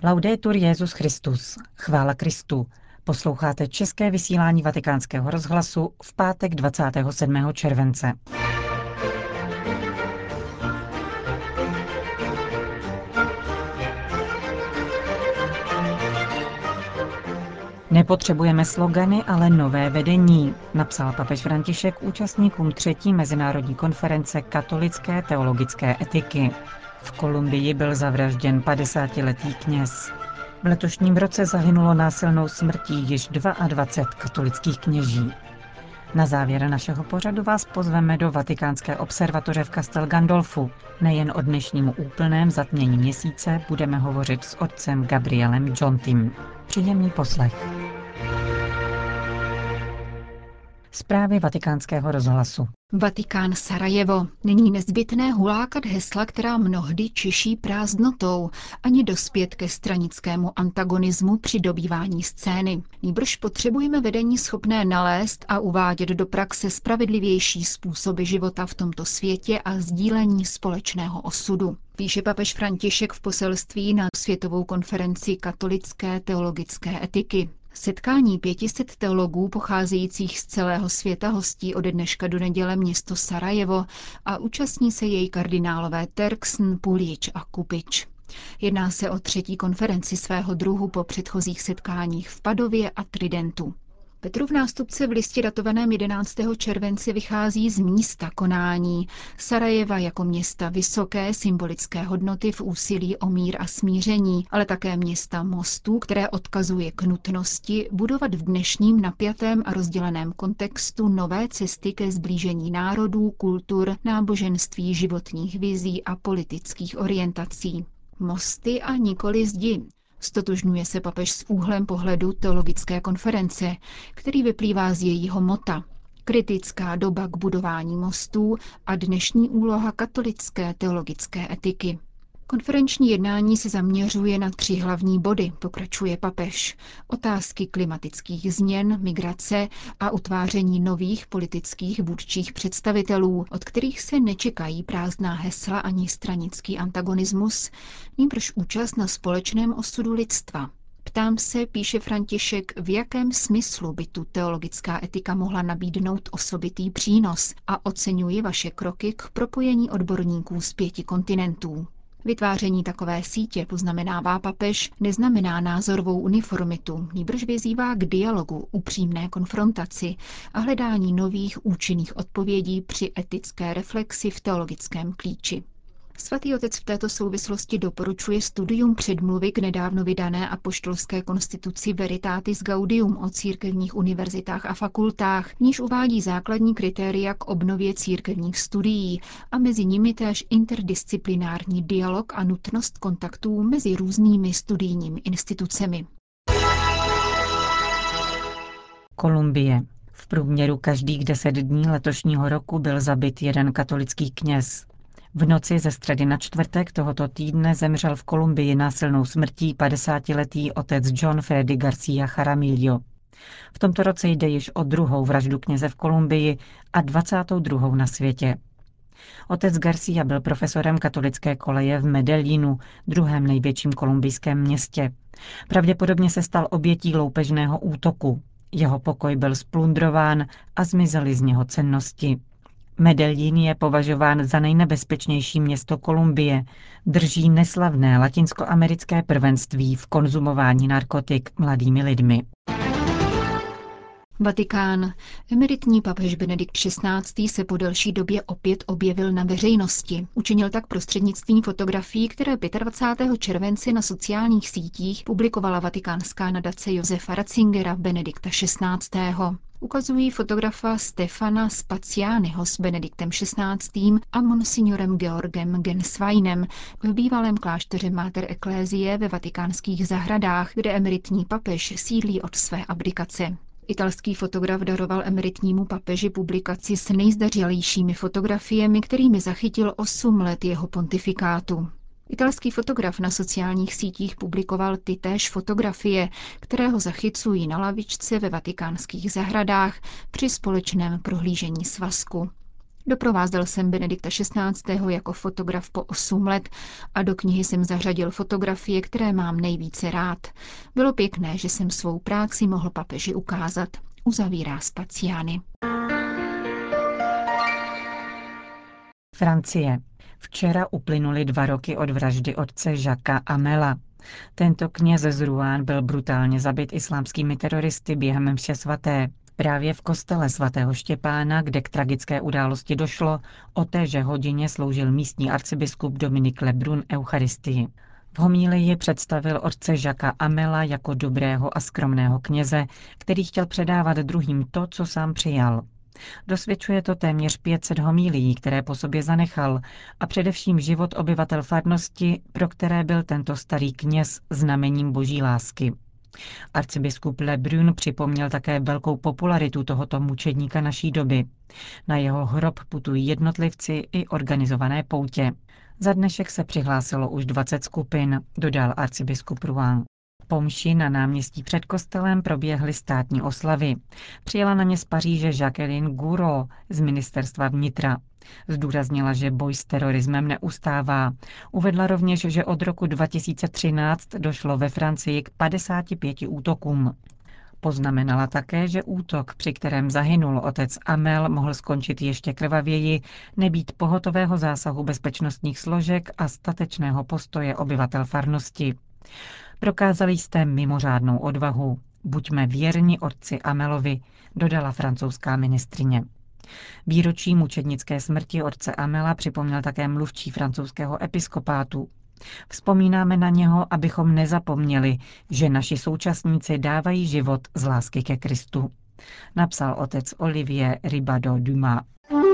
Laudetur Jesus Christus. Chvála Kristu. Posloucháte české vysílání Vatikánského rozhlasu v pátek 27. července. Nepotřebujeme slogany, ale nové vedení, napsal papež František účastníkům 3. mezinárodní konference katolické teologické etiky. V Kolumbii byl zavražděn 50letý kněz. V letošním roce zahynulo násilnou smrtí již 22 katolických kněží. Na závěr našeho pořadu vás pozveme do Vatikánské observatoře v Castel Gandolfu. Nejen o dnešním úplném zatmění měsíce budeme hovořit s otcem Gabrielem Džontym. Příjemný poslech. Zprávy Vatikánského rozhlasu. Vatikán Sarajevo. Není nezbytné hulákat hesla, která mnohdy čiší prázdnotou, ani dospět ke stranickému antagonismu při dobývání scény. Nýbrž potřebujeme vedení schopné nalézt a uvádět do praxe spravedlivější způsoby života v tomto světě a sdílení společného osudu. Píše papež František v poselství na Světovou konferenci katolické teologické etiky. Setkání 500 teologů pocházejících z celého světa hostí ode dneška do neděle město Sarajevo a účastní se jej kardinálové Terksn, Pulič a Kupič. Jedná se o 3. konferenci svého druhu po předchozích setkáních v Padově a Tridentu. Petrův nástupce v listě datovaném 11. července vychází z místa konání Sarajeva jako města vysoké symbolické hodnoty v úsilí o mír a smíření, ale také města mostů, které odkazuje k nutnosti budovat v dnešním napjatém a rozděleném kontextu nové cesty ke sblížení národů, kultur, náboženství, životních vizí a politických orientací. Mosty a nikoli zdi. Stotožňuje se papež s úhlem pohledu teologické konference, který vyplývá z jejího mota. Kritická doba k budování mostů a dnešní úloha katolické teologické etiky. Konferenční jednání se zaměřuje na 3 hlavní body, pokračuje papež. Otázky klimatických změn, migrace a utváření nových politických vůdčích představitelů, od kterých se nečekají prázdná hesla ani stranický antagonismus, nýbrž účast na společném osudu lidstva. Ptám se, píše František, v jakém smyslu by tu teologická etika mohla nabídnout osobitý přínos a oceňuji vaše kroky k propojení odborníků z 5 kontinentů. Vytváření takové sítě, poznamenává papež, neznamená názorovou uniformitu, nýbrž vyzývá k dialogu, upřímné konfrontaci a hledání nových účinných odpovědí při etické reflexi v teologickém klíči. Svatý otec v této souvislosti doporučuje studium předmluvy k nedávno vydané apoštolské konstituci Veritatis Gaudium o církevních univerzitách a fakultách, v níž uvádí základní kritéria k obnově církevních studií a mezi nimi též interdisciplinární dialog a nutnost kontaktů mezi různými studijními institucemi. Kolumbie. V průměru každých 10 dní letošního roku byl zabit jeden katolický kněz. V noci ze středy na čtvrtek tohoto týdne zemřel v Kolumbii násilnou smrtí 50letý otec John Freddy García Jaramillo. V tomto roce jde již o 2. vraždu kněze v Kolumbii a 22. na světě. Otec García byl profesorem katolické koleje v Medellínu, 2. největším kolumbijském městě. Pravděpodobně se stal obětí loupežného útoku. Jeho pokoj byl splundrován a zmizely z něho cennosti. Medellín je považován za nejnebezpečnější město Kolumbie. Drží neslavné latinskoamerické prvenství v konzumování narkotik mladými lidmi. Vatikán. Emeritní papež Benedikt XVI. Se po delší době opět objevil na veřejnosti. Učinil tak prostřednictvím fotografií, které 25. července na sociálních sítích publikovala vatikánská nadace Josefa Ratzingera Benedikta XVI. Ukazují fotografa Stefana Spaciányho s Benediktem XVI. A monsignorem Georgem Gensweinem v bývalém klášteře Mater Ecclesiae ve vatikánských zahradách, kde emeritní papež sídlí od své abdikace. Italský fotograf daroval emeritnímu papeži publikaci s nejzdařilejšími fotografiemi, kterými zachytil 8 let jeho pontifikátu. Italský fotograf na sociálních sítích publikoval tytéž fotografie, které ho zachycují na lavičce ve vatikánských zahradách při společném prohlížení svazku. Doprovázel jsem Benedikta XVI. Jako fotograf po 8 let a do knihy jsem zařadil fotografie, které mám nejvíce rád. Bylo pěkné, že jsem svou práci mohl papeži ukázat. Uzavírá Spaziani. Francie. Včera uplynuly 2 roky od vraždy otce Jacquesa Amela. Tento kněz z Rouen byl brutálně zabit islámskými teroristy během mše svaté. Právě v kostele svatého Štěpána, kde k tragické události došlo, o téže hodině sloužil místní arcibiskup Dominik Lebrun eucharistii. V homílii představil otce Jacquesa Amela jako dobrého a skromného kněze, který chtěl předávat druhým to, co sám přijal. Dosvědčuje to téměř 500 homílií, které po sobě zanechal, a především život obyvatel farnosti, pro které byl tento starý kněz znamením boží lásky. Arcibiskup Lebrun připomněl také velkou popularitu tohoto mučedníka naší doby. Na jeho hrob putují jednotlivci i organizované poutě. Za dnešek se přihlásilo už 20 skupin, dodal arcibiskup Rouen. Po mši na náměstí před kostelem proběhly státní oslavy. Přijela na ně z Paříže Jacqueline Gouraud z ministerstva vnitra. Zdůraznila, že boj s terorismem neustává. Uvedla rovněž, že od roku 2013 došlo ve Francii k 55 útokům. Poznamenala také, že útok, při kterém zahynul otec Amel, mohl skončit ještě krvavěji, nebýt pohotového zásahu bezpečnostních složek a statečného postoje obyvatel farnosti. Prokázali jste mimořádnou odvahu. Buďme věrni otci Amelovi, dodala francouzská ministryně. Výročí mučednické smrti otce Amela připomněl také mluvčí francouzského episkopátu. Vzpomínáme na něho, abychom nezapomněli, že naši současníci dávají život z lásky ke Kristu, napsal otec Olivier Ribadeau-Dumas.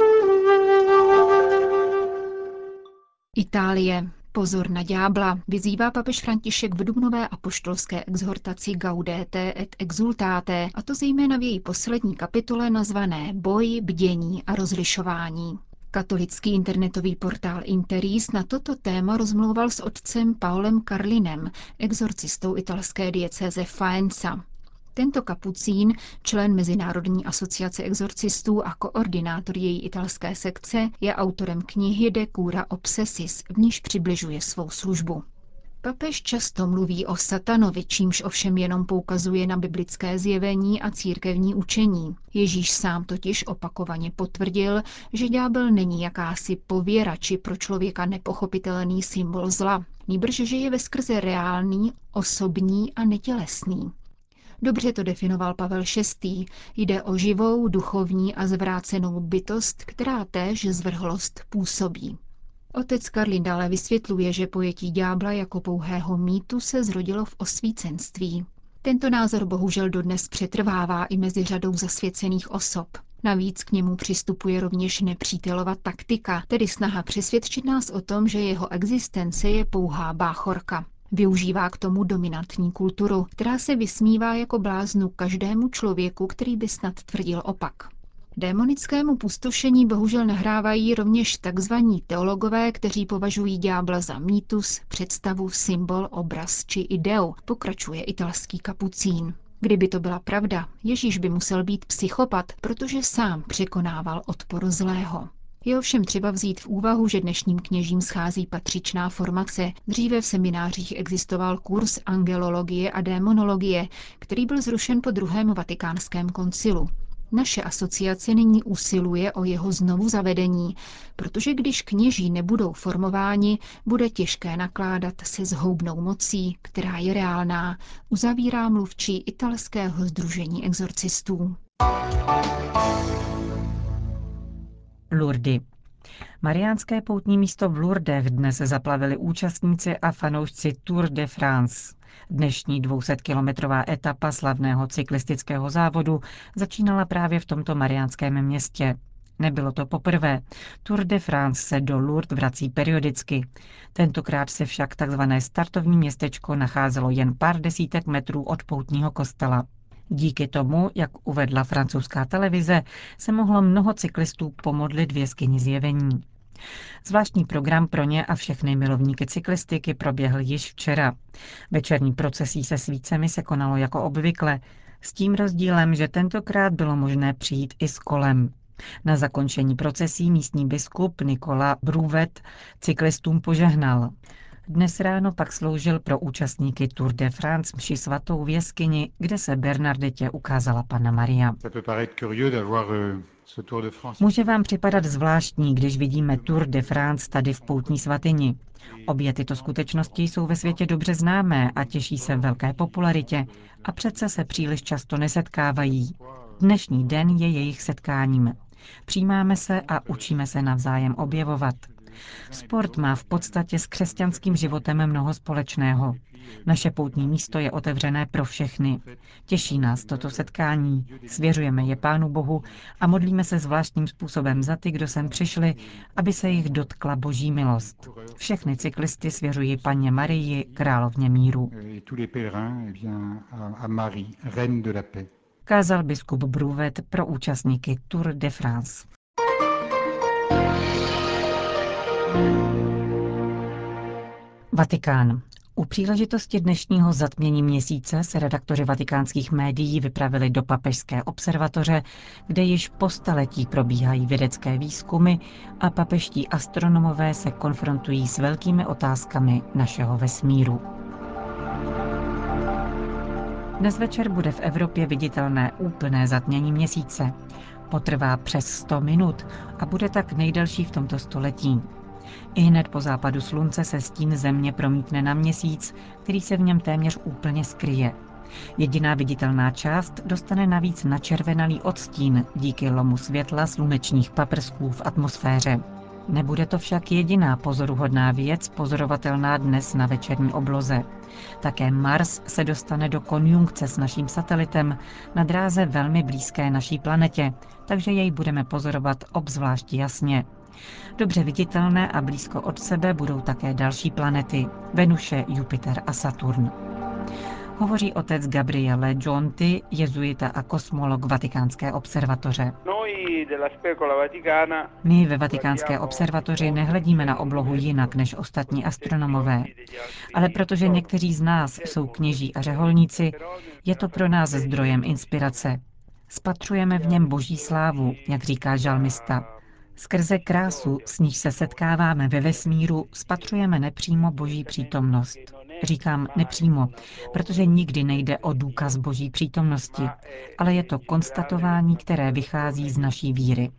Itálie. Pozor na ďábla, vyzývá papež František v dubnové apoštolské exhortaci Gaudete et exultate, a to zejména v její poslední kapitole nazvané Boj, bdění a rozlišování. Katolický internetový portál Interis na toto téma rozmlouval s otcem Paolem Carlinem, exorcistou italské diecéze Faenza. Tento kapucín, člen Mezinárodní asociace exorcistů a koordinátor její italské sekce, je autorem knihy De cura obsessis, v níž přibližuje svou službu. Papež často mluví o satanovi, čímž ovšem jenom poukazuje na biblické zjevení a církevní učení. Ježíš sám totiž opakovaně potvrdil, že ďábel není jakási pověra či pro člověka nepochopitelný symbol zla, nýbrž že je veskrze reálný, osobní a netělesný. Dobře to definoval Pavel VI. Jde o živou, duchovní a zvrácenou bytost, která též zvrhlost působí. Otec Carlin dále vysvětluje, že pojetí ďábla jako pouhého mýtu se zrodilo v osvícenství. Tento názor bohužel dodnes přetrvává i mezi řadou zasvěcených osob. Navíc k němu přistupuje rovněž nepřítelova taktika, tedy snaha přesvědčit nás o tom, že jeho existence je pouhá báchorka. Využívá k tomu dominantní kulturu, která se vysmívá jako bláznu každému člověku, který by snad tvrdil opak. Démonickému pustošení bohužel nahrávají rovněž takzvaní teologové, kteří považují ďábla za mýtus, představu, symbol, obraz či ideu, pokračuje italský kapucín. Kdyby to byla pravda, Ježíš by musel být psychopat, protože sám překonával odpor zlého. Je ovšem třeba vzít v úvahu, že dnešním kněžím schází patřičná formace. Dříve v seminářích existoval kurz angelologie a démonologie, který byl zrušen po druhém vatikánském koncilu. Naše asociace nyní usiluje o jeho znovu zavedení, protože když kněží nebudou formováni, bude těžké nakládat se zhoubnou mocí, která je reálná, uzavírá mluvčí italského sdružení exorcistů. Lourdes. Mariánské poutní místo v Lourdech dnes zaplavili účastníci a fanoušci Tour de France. Dnešní 200-kilometrová etapa slavného cyklistického závodu začínala právě v tomto mariánském městě. Nebylo to poprvé. Tour de France se do Lourdes vrací periodicky. Tentokrát se však tzv. Startovní městečko nacházelo jen pár desítek metrů od poutního kostela. Díky tomu, jak uvedla francouzská televize, se mohlo mnoho cyklistů pomodlit v jeskyni zjevení. Zvláštní program pro ně a všechny milovníky cyklistiky proběhl již včera. Večerní procesí se svícemi se konalo jako obvykle, s tím rozdílem, že tentokrát bylo možné přijít i s kolem. Na zakončení procesí místní biskup Nicolas Brouvet cyklistům požehnal. Dnes ráno pak sloužil pro účastníky Tour de France mši svatou v jeskyni, kde se Bernadetě ukázala Panna Maria. Může vám připadat zvláštní, když vidíme Tour de France tady v poutní svatyni. Obě tyto skutečnosti jsou ve světě dobře známé a těší se velké popularitě a přece se příliš často nesetkávají. Dnešní den je jejich setkáním. Přijímáme se a učíme se navzájem objevovat. Sport má v podstatě s křesťanským životem mnoho společného. Naše poutní místo je otevřené pro všechny. Těší nás toto setkání, svěřujeme je Pánu Bohu a modlíme se zvláštním způsobem za ty, kdo sem přišli, aby se jich dotkla Boží milost. Všechny cyklisty svěřují Panně Marii, královně míru. Kázal biskup Brouvet pro účastníky Tour de France. Vatikán. U příležitosti dnešního zatmění měsíce se redaktoři vatikánských médií vypravili do papežské observatoře, kde již po staletí probíhají vědecké výzkumy a papežští astronomové se konfrontují s velkými otázkami našeho vesmíru. Dnes večer bude v Evropě viditelné úplné zatmění měsíce. Potrvá přes 100 minut a bude tak nejdelší v tomto století. Ihned po západu slunce se stín země promítne na měsíc, který se v něm téměř úplně skryje. Jediná viditelná část dostane navíc načervenalý odstín díky lomu světla slunečních paprsků v atmosféře. Nebude to však jediná pozoruhodná věc pozorovatelná dnes na večerní obloze. Také Mars se dostane do konjunkce s naším satelitem na dráze velmi blízké naší planetě, takže jej budeme pozorovat obzvlášť jasně. Dobře viditelné a blízko od sebe budou také další planety – Venuše, Jupiter a Saturn. Hovoří otec Gabriele Gionti, jezuita a kosmolog Vatikánské observatoře. My ve Vatikánské observatoři nehledíme na oblohu jinak než ostatní astronomové, ale protože někteří z nás jsou kněží a řeholníci, je to pro nás zdrojem inspirace. Spatřujeme v něm Boží slávu, jak říká žalmista. Skrze krásu, s níž se setkáváme ve vesmíru, spatřujeme nepřímo Boží přítomnost. Říkám nepřímo, protože nikdy nejde o důkaz Boží přítomnosti, ale je to konstatování, které vychází z naší víry.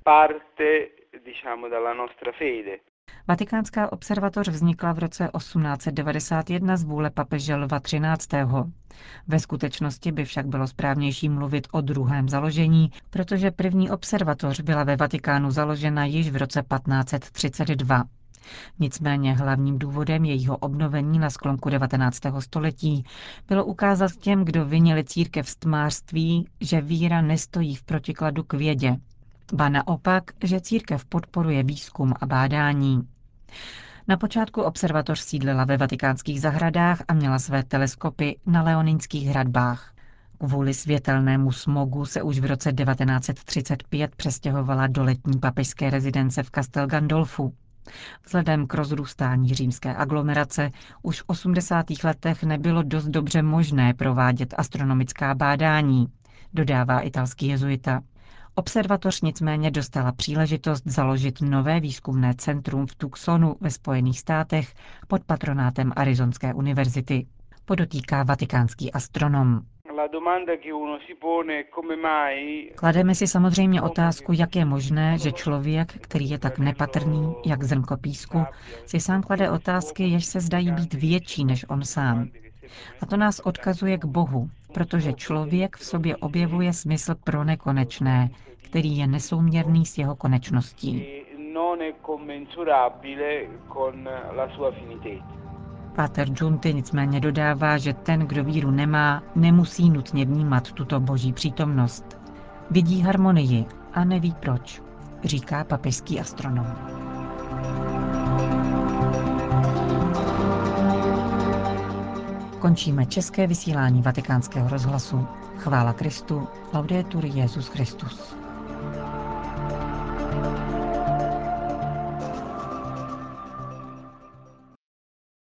Vatikánská observatoř vznikla v roce 1891 z vůle papeže Lva XIII. Ve skutečnosti by však bylo správnější mluvit o druhém založení, protože první observatoř byla ve Vatikánu založena již v roce 1532. Nicméně hlavním důvodem jejího obnovení na sklonku 19. století bylo ukázat těm, kdo vinili církev z tmářství, že víra nestojí v protikladu k vědě, ba naopak, že církev podporuje výzkum a bádání. Na počátku observatoř sídlila ve vatikánských zahradách a měla své teleskopy na Leonínských hradbách. Kvůli světelnému smogu se už v roce 1935 přestěhovala do letní papežské rezidence v Castel Gandolfu. Vzhledem k rozrůstání římské aglomerace už v 80. letech nebylo dost dobře možné provádět astronomická bádání, dodává italský jezuita. Observatoř nicméně dostala příležitost založit nové výzkumné centrum v Tucsonu ve Spojených státech pod patronátem Arizonské univerzity, podotýká vatikánský astronom. Klademe si samozřejmě otázku, jak je možné, že člověk, který je tak nepatrný, jak zrnko písku, si sám klade otázky, jež se zdají být větší než on sám. A to nás odkazuje k Bohu, protože člověk v sobě objevuje smysl pro nekonečné, který je nesouměrný s jeho konečností. Páter Gionti nicméně dodává, že ten, kdo víru nemá, nemusí nutně vnímat tuto boží přítomnost. Vidí harmonii a neví proč, říká papežský astronom. Končíme české vysílání Vatikánského rozhlasu. Chvála Kristu, laudetur Jesus Christus.